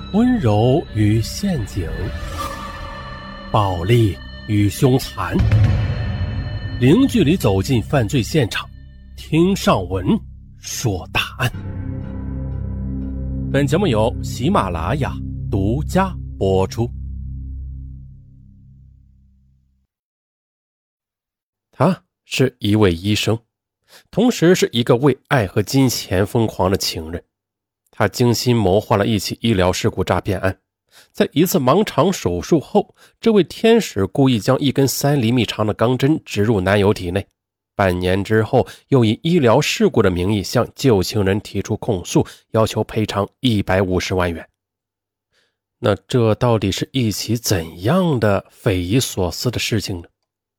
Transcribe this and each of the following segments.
温柔与陷阱，暴力与凶残，零距离走进犯罪现场，听上文说大案。本节目由喜马拉雅独家播出。他是一位医生，同时是一个为爱和金钱疯狂的情人。他精心谋划了一起医疗事故诈骗案，在一次盲肠手术后，这位天使故意将一根3厘米长的钢针植入男友体内，半年之后又以医疗事故的名义向旧情人提出控诉，要求赔偿150万元。那这到底是一起怎样的匪夷所思的事情呢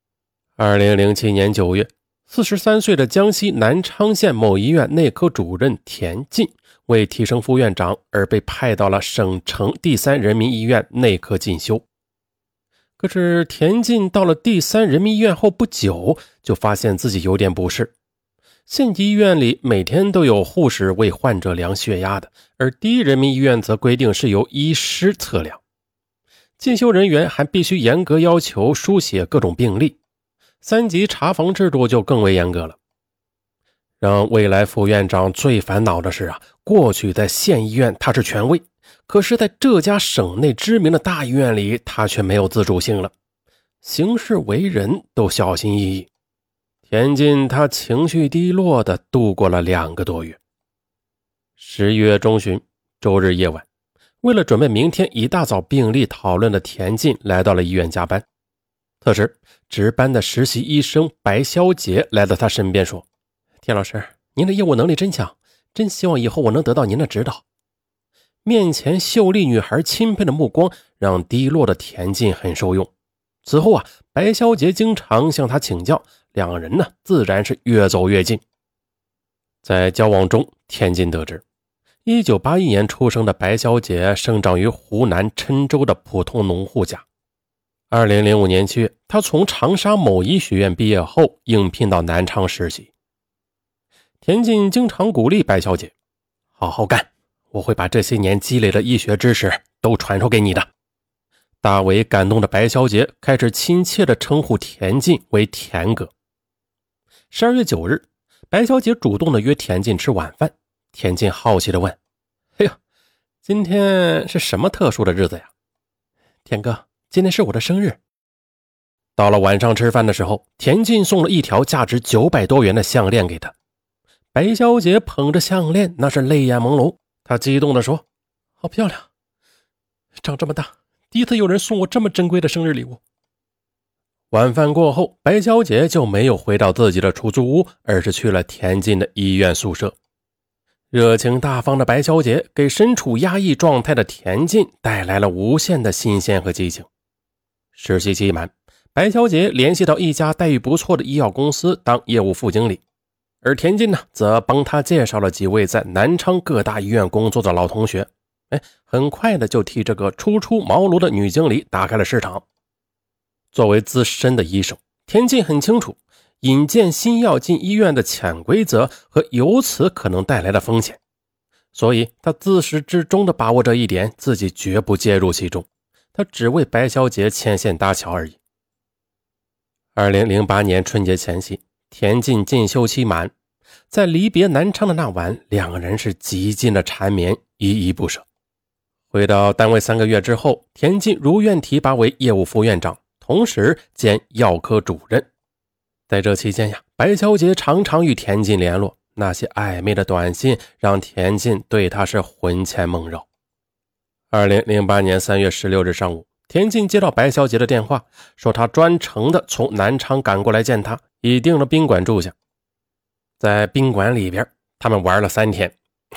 ？2007年9月，43岁的江西南昌县某医院内科主任田进为提升副院长而被派到了省城第3人民医院内科进修。可是田进到了第3人民医院后不久，就发现自己有点不适。县级医院里每天都有护士为患者量血压的，而第1人民医院则规定是由医师测量。进修人员还必须严格要求书写各种病历，3级查房制度就更为严格了。让未来副院长最烦恼的是过去在县医院他是权威，可是在这家省内知名的大医院里，他却没有自主性了，行事为人都小心翼翼。田进他情绪低落地度过了2个多月。11月中旬，周日夜晚，为了准备明天一大早病历讨论的田进来到了医院加班。特时，值班的实习医生白小姐来到他身边说：“田老师，您的业务能力真强，真希望以后我能得到您的指导。”面前秀丽女孩钦佩的目光让低落的田进很受用。此后白小姐经常向他请教，2个人自然是越走越近。在交往中，田进得知1981年出生的白小姐生长于湖南郴州的普通农户家。2005年7月，他从长沙某医学院毕业后应聘到南昌实习。田进经常鼓励白小姐：“好好干，我会把这些年积累的医学知识都传授给你的。”大为感动的白小姐开始亲切地称呼田进为田哥。12月9日，白小姐主动地约田进吃晚饭。田进好奇地问：“哎呦，今天是什么特殊的日子呀？”“田哥，今天是我的生日。”到了晚上吃饭的时候，田进送了一条价值900多元的项链给他。白小姐捧着项链，那是泪眼朦胧。她激动地说：“好漂亮，长这么大第一次有人送我这么珍贵的生日礼物。”晚饭过后，白小姐就没有回到自己的出租屋，而是去了田进的医院宿舍。热情大方的白小姐给身处压抑状态的田进带来了无限的新鲜和激情。实习期满，白小姐联系到一家待遇不错的医药公司当业务副经理，而田进则帮她介绍了几位在南昌各大医院工作的老同学。很快的就替这个初出茅庐的女经理打开了市场。作为资深的医生，田进很清楚引荐新药进医院的潜规则和由此可能带来的风险，所以他自始至终地把握这一点，自己绝不介入其中，他只为白小姐牵线搭桥而已。2008年春节前夕，田进进修期满，在离别南昌的那晚，2个人是极尽的缠绵，依依不舍。回到单位3个月之后，田进如愿提拔为业务副院长，同时兼药科主任。在这期间白小姐常常与田进联络，那些暧昧的短信让田进对她是魂牵梦绕。2008年3月16日上午，田进接到白小姐的电话，说她专程的从南昌赶过来见她，已订了宾馆住下。在宾馆里边，他们玩了3天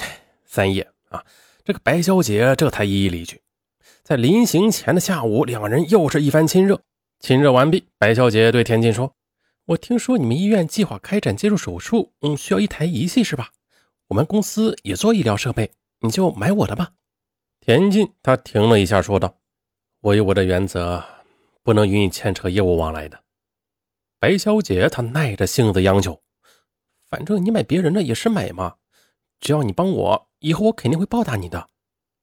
3夜这个白小姐这才依依离去。在临行前的下午，2个人又是一番亲热。亲热完毕，白小姐对田进说：“我听说你们医院计划开展介入手术，需要一台仪器是吧？我们公司也做医疗设备，你就买我的吧。”田进他停了一下说道：“我有我的原则，不能与你牵扯业务往来的。”白小姐她耐着性子央求：“反正你买别人的也是买嘛，只要你帮我，以后我肯定会报答你的。”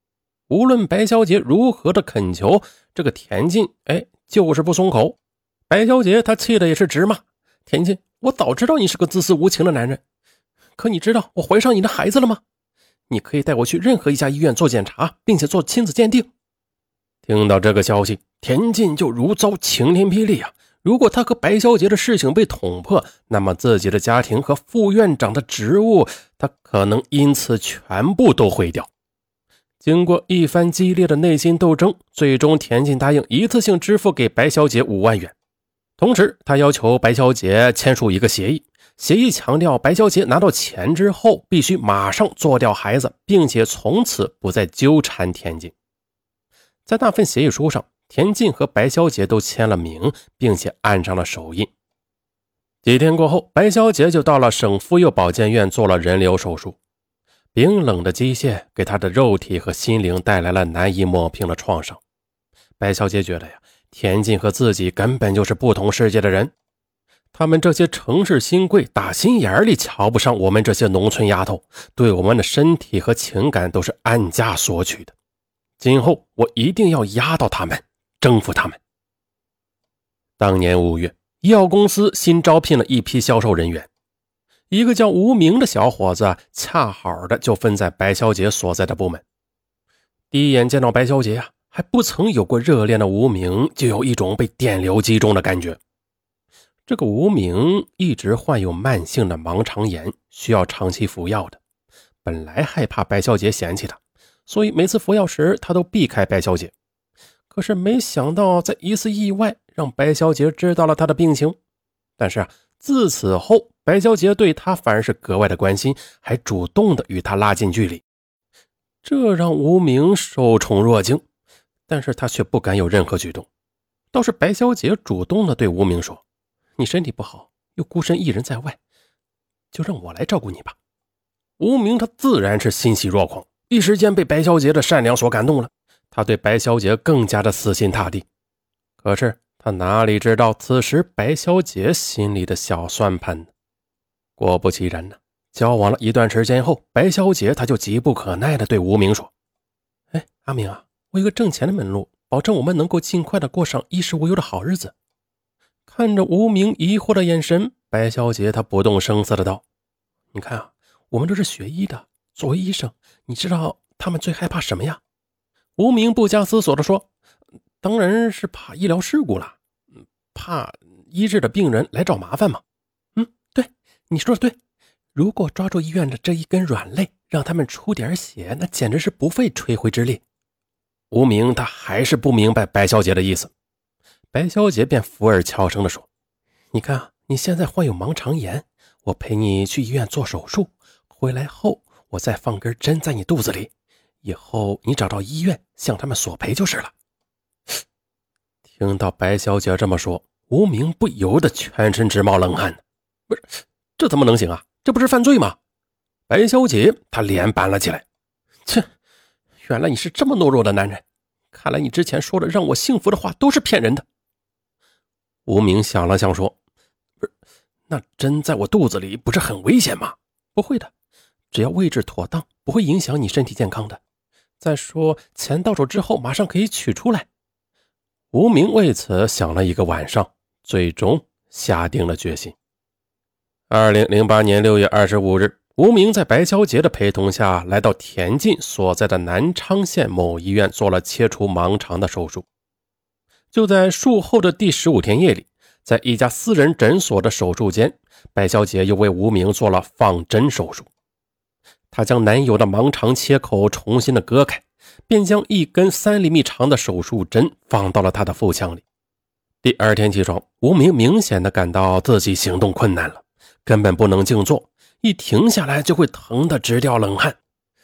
无论白小姐如何的恳求，这个田进就是不松口。白小姐她气的也是直骂：田进，我早知道你是个自私无情的男人，可你知道我怀上你的孩子了吗？你可以带我去任何一家医院做检查，并且做亲子鉴定。听到这个消息，田进就如遭晴天霹雳啊！如果他和白小姐的事情被捅破，那么自己的家庭和副院长的职务，他可能因此全部都毁掉。经过一番激烈的内心斗争，最终田进答应一次性支付给白小姐5万元。同时他要求白小姐签署一个协议，协议强调白小姐拿到钱之后必须马上做掉孩子，并且从此不再纠缠田进。在那份协议书上，田进和白小姐都签了名，并且按上了手印。几天过后，白小姐就到了省妇幼保健院做了人流手术。冰冷的机械给她的肉体和心灵带来了难以抹平的创伤。白小姐觉得田进和自己根本就是不同世界的人。他们这些城市新贵打心眼里瞧不上我们这些农村丫头，对我们的身体和情感都是按价索取的。今后我一定要压倒他们，征服他们。当年5月，医药公司新招聘了一批销售人员，一个叫吴明的小伙子恰好的就分在白小姐所在的部门。第一眼见到白小姐还不曾有过热恋的吴明就有一种被电流击中的感觉。这个吴明一直患有慢性的盲肠炎，需要长期服药的。本来害怕白小姐嫌弃他，所以每次服药时他都避开白小姐。可是没想到在一次意外让白小姐知道了他的病情。但是自此后白小姐对他反而是格外的关心，还主动的与他拉近距离。这让吴明受宠若惊，但是他却不敢有任何举动。倒是白小姐主动的对吴明说：你身体不好，又孤身一人在外，就让我来照顾你吧。吴明他自然是欣喜若狂，一时间被白小姐的善良所感动了，他对白小姐更加的死心塌地。可是他哪里知道此时白小姐心里的小算盘呢？果不其然呢，交往了一段时间后，白小姐她就急不可耐地对吴明说：阿明啊，我有个挣钱的门路，保证我们能够尽快地过上衣食无忧的好日子。看着吴明疑惑的眼神，白小姐她不动声色的道：你看我们都是学医的，作为医生，你知道他们最害怕什么呀？吴明不加思索的说：当然是怕医疗事故了，怕医治的病人来找麻烦嘛。对，你说的对，如果抓住医院的这一根软肋，让他们出点血，那简直是不费吹灰之力。吴明他还是不明白白小姐的意思。白小姐便扶耳悄声地说：你看你现在患有盲肠炎，我陪你去医院做手术，回来后我再放根针在你肚子里，以后你找到医院向他们索赔就是了。听到白小姐这么说，吴明不由得全身直冒冷汗。不是，这怎么能行啊？这不是犯罪吗？白小姐她脸板了起来。切，原来你是这么懦弱的男人，看来你之前说的让我幸福的话都是骗人的。吴明想了想说：不是，那针在我肚子里不是很危险吗？不会的，只要位置妥当，不会影响你身体健康的。再说钱到手之后马上可以取出来。吴明为此想了一个晚上，最终下定了决心。2008年6月25日，吴明在白小姐的陪同下来到田进所在的南昌县某医院做了切除盲肠的手术。就在术后的第15天夜里，在一家私人诊所的手术间，白小姐又为吴明做了放针手术。她将男友的盲肠切口重新的割开，便将一根3厘米长的手术针放到了他的腹腔里。第二天起床，吴明明显的感到自己行动困难了，根本不能静坐，一停下来就会疼得直掉冷汗。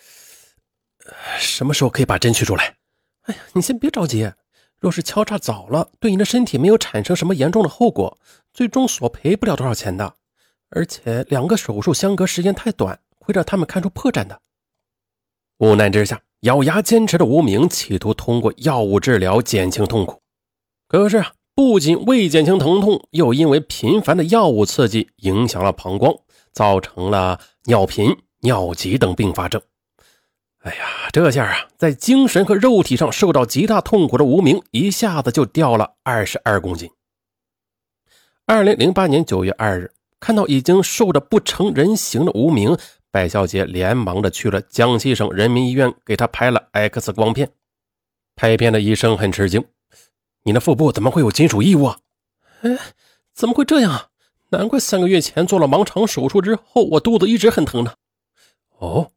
什么时候可以把针取出来？哎呀，你先别着急，若是敲诈早了，对你的身体没有产生什么严重的后果，最终索赔不了多少钱的。而且2个手术相隔时间太短，会让他们看出破绽的。无奈之下，咬牙坚持的吴明企图通过药物治疗减轻痛苦。可是不仅未减轻疼痛，又因为频繁的药物刺激影响了膀胱，造成了尿频、尿急等并发症。 哎呀，这下啊，在精神和肉体上受到极大痛苦的无名一下子就掉了22公斤。2008年9月2日，看到已经瘦得不成人形的无名，白小姐连忙的去了江西省人民医院给她拍了 X 光片。拍片的医生很吃惊，你的腹部怎么会有金属异物啊？怎么会这样啊？难怪3个月前做了盲肠手术之后，我肚子一直很疼呢。哦，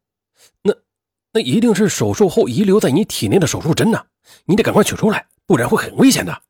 那一定是手术后遗留在你体内的手术针呢，你得赶快取出来，不然会很危险的。